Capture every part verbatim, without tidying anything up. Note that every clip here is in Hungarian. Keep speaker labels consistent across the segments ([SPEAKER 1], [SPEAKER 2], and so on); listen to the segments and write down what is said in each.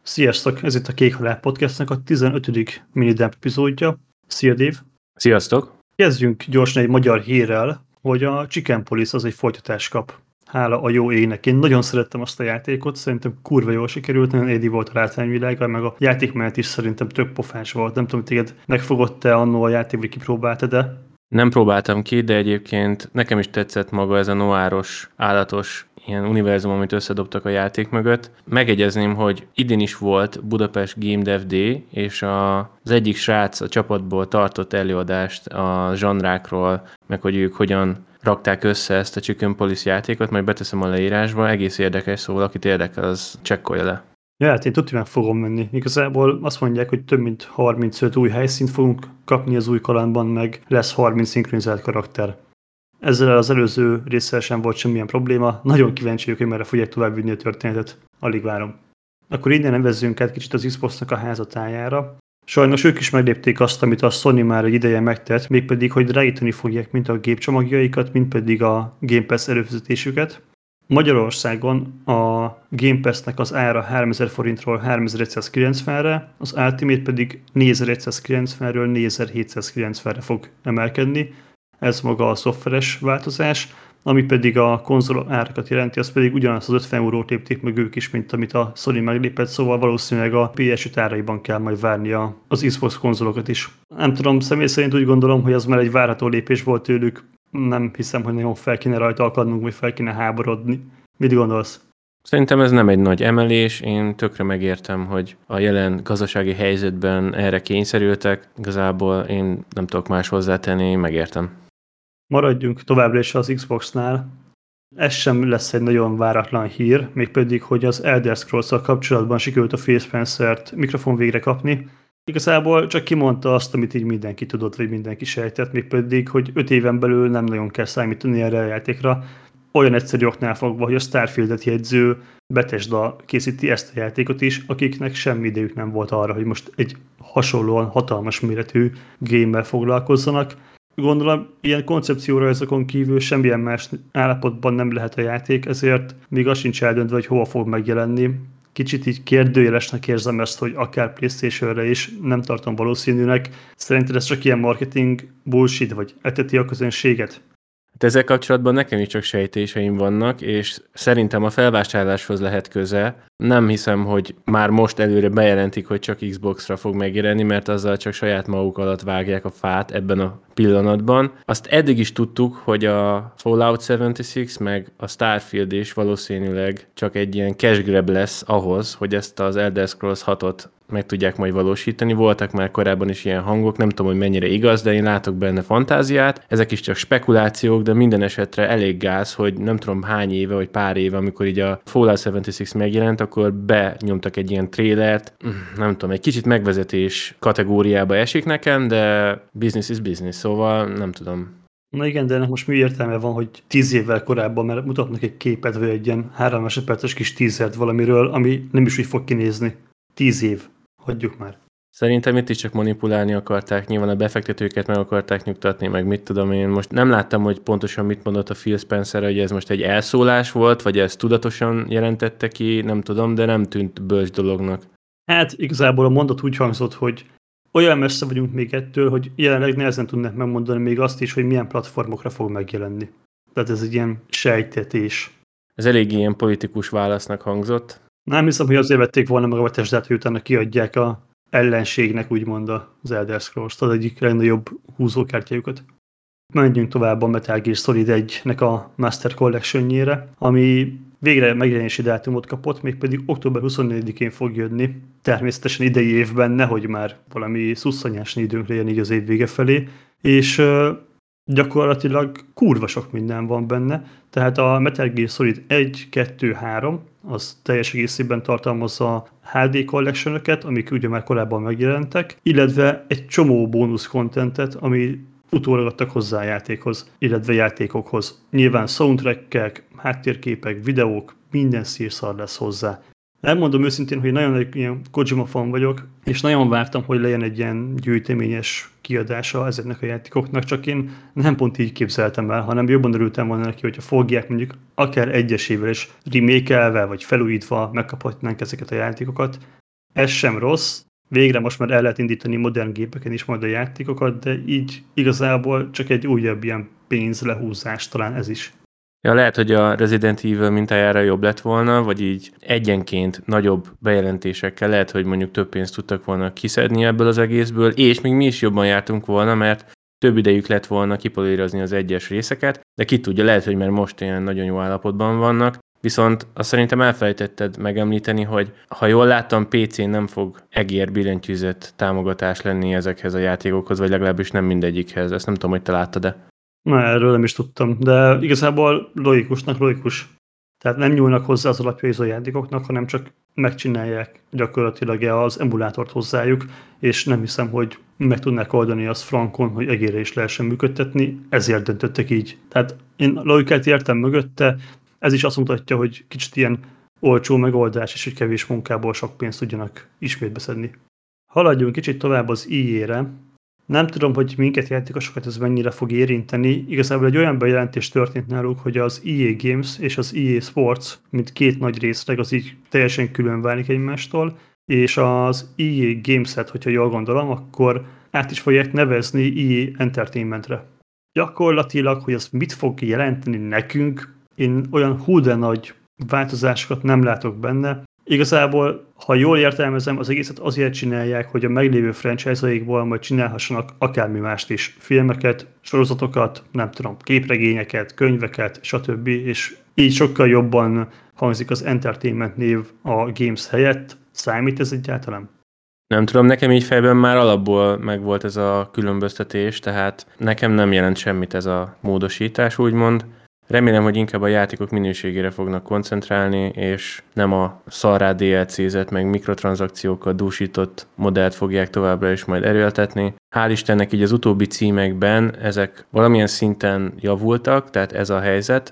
[SPEAKER 1] Sziasztok! Ez itt a Kék Halál Podcastnak a tizenötödik minidump epizódja. Szia, Dave!
[SPEAKER 2] Sziasztok!
[SPEAKER 1] Kezdjünk gyorsan egy magyar hírrel, hogy a Chicken Police az egy folytatást kap. Hála a jó égnek. Én nagyon szerettem azt a játékot, szerintem kurva jól sikerült, nagyon édi volt a látványvilága, meg a játékmenet is szerintem tök pofás volt. Nem tudom, téged megfogott-e annó a játék, vagy kipróbáltad, de...
[SPEAKER 2] Nem próbáltam ki, de egyébként nekem is tetszett maga ez a noáros, állatos ilyen univerzum, amit összedobtak a játék mögött. Megegyezném, hogy idén is volt Budapest Game Dev Day, és a, az egyik srác a csapatból tartott előadást a zsanrákról, meg hogy ők hogyan rakták össze ezt a Chicken Police játékot, majd beteszem a leírásba, egész érdekes, szóval akit érdekel, az csekkolja le.
[SPEAKER 1] Ja, hát én tudtam, meg fogom menni. Igazából azt mondják, hogy több mint harmincöt új helyszínt fogunk kapni az új kalandban, meg lesz harminc szinkronizált karakter. Ezzel az előző résszel sem volt semmilyen probléma. Nagyon kíváncsi vagyok, hogy merre fogják továbbvinni a történetet. Alig várom. Akkor innen nevezzünk át kicsit az Xboxnak a házatájára. Sajnos ők is meglépték azt, amit a Sony már egy ideje megtett, mégpedig, hogy drágítani fogják mind a gépcsomagjaikat, mind pedig a Game Pass előfizetésüket. Magyarországon a Game Pass-nek az ára háromezer forintról háromezer-egyszázkilencvenre, az Ultimate pedig négyezer-egyszázkilencvenről négyezer-hétszázkilencvenre fog emelkedni. Ez maga a szoftveres változás, ami pedig a konzol árakat jelenti, az pedig ugyanazt az ötven eurót lépték meg ők is, mint amit a Sony meglépett, szóval valószínűleg a pé es öt áraiban kell majd várnia az Xbox konzolokat is. Nem tudom, személy szerint úgy gondolom, hogy az már egy várható lépés volt tőlük, nem hiszem, hogy nagyon fel kéne rajta akadnunk, vagy fel kéne háborodni. Mit gondolsz?
[SPEAKER 2] Szerintem ez nem egy nagy emelés, én tökre megértem, hogy a jelen gazdasági helyzetben erre kényszerültek, igazából én nem tudok más hozzátenni, megértem.
[SPEAKER 1] Maradjunk továbbra is az Xboxnál. Ez sem lesz egy nagyon váratlan hír, mégpedig, hogy az Elder Scrolls-szal kapcsolatban sikerült a Phil Spencer-t mikrofon végre kapni. Igazából csak kimondta azt, amit így mindenki tudott, vagy mindenki sejtett, mégpedig, hogy öt éven belül nem nagyon kell számítani erre a játékra. Olyan egyszerű oknál fogva, hogy a Starfield-et jegyző Bethesda készíti ezt a játékot is, akiknek semmi idejük nem volt arra, hogy most egy hasonlóan hatalmas méretű game-mel foglalkozzanak. Gondolom, ilyen koncepciórajzokon kívül semmilyen más állapotban nem lehet a játék, ezért még az sincs eldöntve, hogy hova fog megjelenni. Kicsit így kérdőjelesnek érzem ezt, hogy akár PlayStation-re is nem tartom valószínűnek. Szerinted ez csak ilyen marketing bullshit, vagy eteti a közönséget?
[SPEAKER 2] De ezzel kapcsolatban nekem is csak sejtéseim vannak, és szerintem a felvásárláshoz lehet köze. Nem hiszem, hogy már most előre bejelentik, hogy csak Xbox-ra fog megjelenni, mert azzal csak saját maguk alatt vágják a fát ebben a pillanatban. Azt eddig is tudtuk, hogy a Fallout hetvenhat meg a Starfield is valószínűleg csak egy ilyen cash grab lesz ahhoz, hogy ezt az Elder Scrolls hatot meg tudják majd valósítani. Voltak már korábban is ilyen hangok, nem tudom, hogy mennyire igaz, de én látok benne fantáziát. Ezek is csak spekulációk, de minden esetre elég gáz, hogy nem tudom hány éve, vagy pár éve, amikor így a Fallout hetvenhat megjelent, akkor benyomtak egy ilyen trélert. Nem tudom, egy kicsit megvezetés kategóriába esik nekem, de business is business, szóval nem tudom.
[SPEAKER 1] Na igen, de ennek most mi értelme van, hogy tíz évvel korábban mert mutatnak egy képet, vagy egy ilyen három másodperces kis tízert valamiről, ami nem is úgy fog kinézni. Tíz év. Hagyjuk már.
[SPEAKER 2] Szerintem itt is csak manipulálni akarták, nyilván a befektetőket meg akarták nyugtatni, meg mit tudom én. Most nem láttam, hogy pontosan mit mondott a Phil Spencer, hogy ez most egy elszólás volt, vagy ez tudatosan jelentette ki, nem tudom, de nem tűnt bölcs dolognak.
[SPEAKER 1] Hát igazából a mondat úgy hangzott, hogy olyan messze vagyunk még ettől, hogy jelenleg nehezen tudnak megmondani még azt is, hogy milyen platformokra fog megjelenni. Tehát ez egy ilyen sejtetés. Ez
[SPEAKER 2] elég ilyen politikus válasznak hangzott.
[SPEAKER 1] Nem hiszem, hogy azért vették volna meg a Bethesdát, hogy utána kiadják a ellenségnek úgymond az Elder Scrolls-t, az egyik legnagyobb húzókártyájukat. Menjünk tovább a Metal Gear Solid egynek a Master Collection-jére, ami végre megjelenési dátumot kapott, mégpedig október huszonnegyedikén fog jönni. Természetesen idei évben, nehogy már valami szusszanyásni időnk legyen így az év vége felé, és uh, gyakorlatilag kurva sok minden van benne, tehát a Metal Gear Solid egy, kettő, három, az teljes egészében tartalmazza há dé collection-öket, amik ugye már korábban megjelentek, illetve egy csomó bónusz contentet, ami utólag adtak hozzá a játékhoz, illetve játékokhoz. Nyilván soundtrackek, háttérképek, videók, minden szírszar lesz hozzá. Elmondom őszintén, hogy nagyon nagy ilyen Kojima fan vagyok, és nagyon vártam, hogy legyen egy ilyen gyűjteményes kiadása ezeknek a játékoknak, csak én nem pont így képzeltem el, hanem jobban örültem volna neki, hogyha fogják mondjuk akár egyesével is remake-elve, vagy felújítva megkaphatnánk ezeket a játékokat. Ez sem rossz, végre most már el lehet indítani modern gépeken is majd a játékokat, de így igazából csak egy újabb ilyen pénzlehúzás talán ez is.
[SPEAKER 2] Ja, lehet, hogy a Resident Evil mintájára jobb lett volna, vagy így egyenként nagyobb bejelentésekkel lehet, hogy mondjuk több pénzt tudtak volna kiszedni ebből az egészből, és még mi is jobban jártunk volna, mert több idejük lett volna kipolírozni az egyes részeket, de ki tudja, lehet, hogy már most ilyen nagyon jó állapotban vannak, viszont azt szerintem elfelejtetted megemlíteni, hogy ha jól láttam, pé cén nem fog egér billentyűzet támogatás lenni ezekhez a játékokhoz, vagy legalábbis nem mindegyikhez. Ezt nem tudom, hogy te láttad-e.
[SPEAKER 1] Na, erről nem is tudtam, de igazából logikusnak logikus. Tehát nem nyúlnak hozzá az alapjaizó játékoknak, hanem csak megcsinálják gyakorlatilag az emulátort hozzájuk, és nem hiszem, hogy meg tudnák oldani azt frankon, hogy egérre is lehessen működtetni, ezért döntöttek így. Tehát én logikát értem mögötte, ez is azt mutatja, hogy kicsit ilyen olcsó megoldás, és hogy kevés munkából sok pénzt tudjanak ismét beszedni. Haladjunk kicsit tovább az í á-re. Nem tudom, hogy minket játékosokat ez mennyire fog érinteni. Igazából egy olyan bejelentés történt náluk, hogy az í á Games és az í á Sports, mint két nagy részleg, az így teljesen külön válik egymástól, és az í á Games-et, hogyha jól gondolom, akkor át is fogják nevezni í á Entertainmentre. Gyakorlatilag, hogy ez mit fog jelenteni nekünk, én olyan hú de nagy változásokat nem látok benne. Igazából, ha jól értelmezem, az egészet azért csinálják, hogy a meglévő franchise-aikból majd csinálhassanak akármi mást is. Filmeket, sorozatokat, nem tudom, képregényeket, könyveket, stb. És így sokkal jobban hangzik az Entertainment név a Games helyett. Számít ez egyáltalán?
[SPEAKER 2] Nem tudom, nekem így fejben már alapból megvolt ez a különböztetés, tehát nekem nem jelent semmit ez a módosítás, úgymond. Remélem, hogy inkább a játékok minőségére fognak koncentrálni, és nem a szarrá dé el cé-zett, meg mikrotranszakciókkal dúsított modellt fogják továbbra is majd erőltetni. Hál' Istennek így az utóbbi címekben ezek valamilyen szinten javultak, tehát ez a helyzet,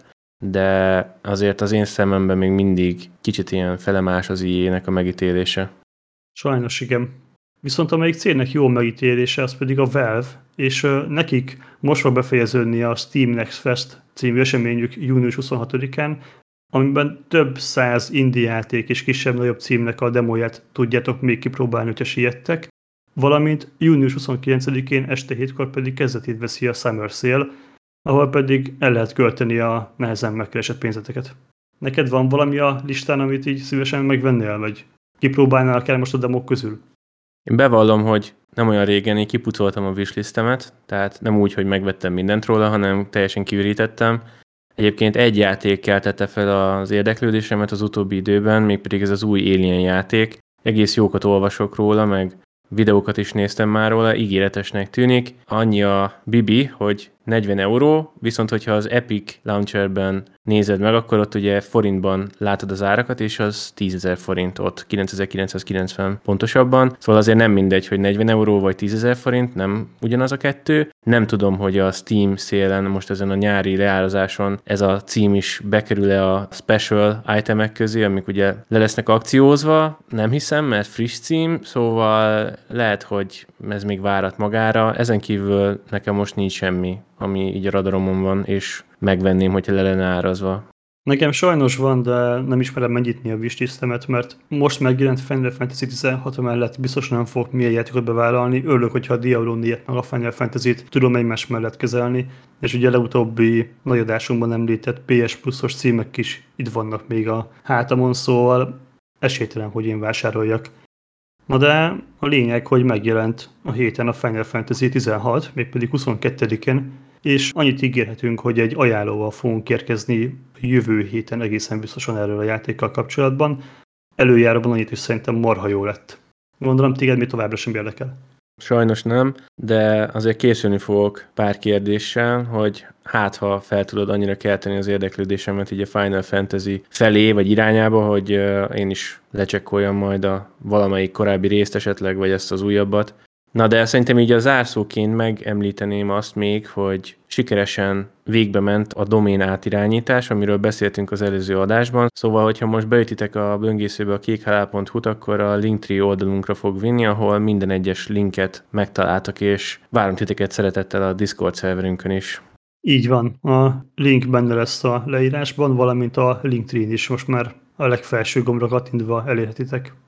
[SPEAKER 2] de azért az én szememben még mindig kicsit ilyen felemás az í á-nek a megítélése.
[SPEAKER 1] Sajnos igen. Viszont amelyik cégnek jó megítélése, az pedig a Valve, és uh, nekik most fog befejeződni a Steam Next Fest című eseményük június huszonhatodikán, amiben több száz indie játék és kisebb-nagyobb címnek a demóját tudjátok még kipróbálni, hogyha siettek, valamint június huszonkilencedikén este hétkor pedig kezdetét veszi a Summer Sale, ahol pedig el lehet költeni a nehezen megkeresett pénzeteket. Neked van valami a listán, amit így szívesen megvennél, vagy kipróbálnál akár most a demók közül?
[SPEAKER 2] Én bevallom, hogy nem olyan régen én kipucoltam a wishlistemet, tehát nem úgy, hogy megvettem mindent róla, hanem teljesen kiürítettem. Egyébként egy játék keltette fel az érdeklődésemet az utóbbi időben, mégpedig ez az új Alien játék. Egész jókat olvasok róla, meg videókat is néztem már róla, ígéretesnek tűnik. Annyi a bibi, hogy negyven euró, viszont hogyha az Epic Launcherben nézed meg, akkor ott ugye forintban látod az árakat, és az tízezer forint ott, kilencezer-kilencszázkilencven pontosabban. Szóval azért nem mindegy, hogy negyven euró vagy tízezer forint, nem ugyanaz a kettő. Nem tudom, hogy a Steam szélen, most ezen a nyári leárazáson ez a cím is bekerül-e a special itemek közé, amik ugye le lesznek akciózva. Nem hiszem, mert friss cím, szóval lehet, hogy ez még várat magára. Ezen kívül nekem most nincs semmi, ami így a radaromon van, és megvenném, hogyha le lenne árazva.
[SPEAKER 1] Nekem sajnos van, de nem ismerem megnyitni a wishlistemet, mert most megjelent Final Fantasy tizenhat mellett biztos nem fogok milyen játékot bevállalni. Örülök, hogyha a Diablo négyet meg a Final Fantasy-t tudom egymás mellett kezelni, és ugye a legutóbbi nagy adásunkban említett pé es Plus-os címek is itt vannak még a hátamon, szóval esélytelen, hogy én vásároljak. Na de a lényeg, hogy megjelent a héten a Final Fantasy tizenhat, mégpedig huszonkettedikén, és annyit ígérhetünk, hogy egy ajánlóval fogunk érkezni jövő héten egészen biztosan erről a játékkal kapcsolatban. Előjáróban annyit is szerintem marha jó lett. Gondolom, téged még továbbra sem érdekel.
[SPEAKER 2] Sajnos nem, de azért készülni fogok pár kérdéssel, hogy hát ha fel tudod annyira kelteni az érdeklődésemet így a Final Fantasy felé vagy irányába, hogy én is lecsekkoljam majd a valamelyik korábbi részt esetleg, vagy ezt az újabbat. Na de szerintem így a zárszóként megemlíteném azt még, hogy sikeresen végbe ment a domén átirányítás, amiről beszéltünk az előző adásban. Szóval, hogyha most beütitek a böngészőbe a kékhalál pont hu-t, akkor a Linktree oldalunkra fog vinni, ahol minden egyes linket megtaláltak, és várunk titeket szeretettel a Discord szerverünkön is.
[SPEAKER 1] Így van, a link benne lesz a leírásban, valamint a Linktree-n is most már a legfelső gombra kattintva elérhetitek.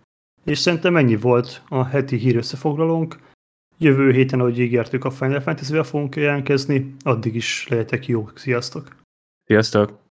[SPEAKER 1] És szerintem ennyi volt a heti hír összefoglalónk. Jövő héten, ahogy ígértük, a Final Fantasy-vel fogunk jelentkezni. Addig is legyetek jók. Sziasztok!
[SPEAKER 2] Sziasztok!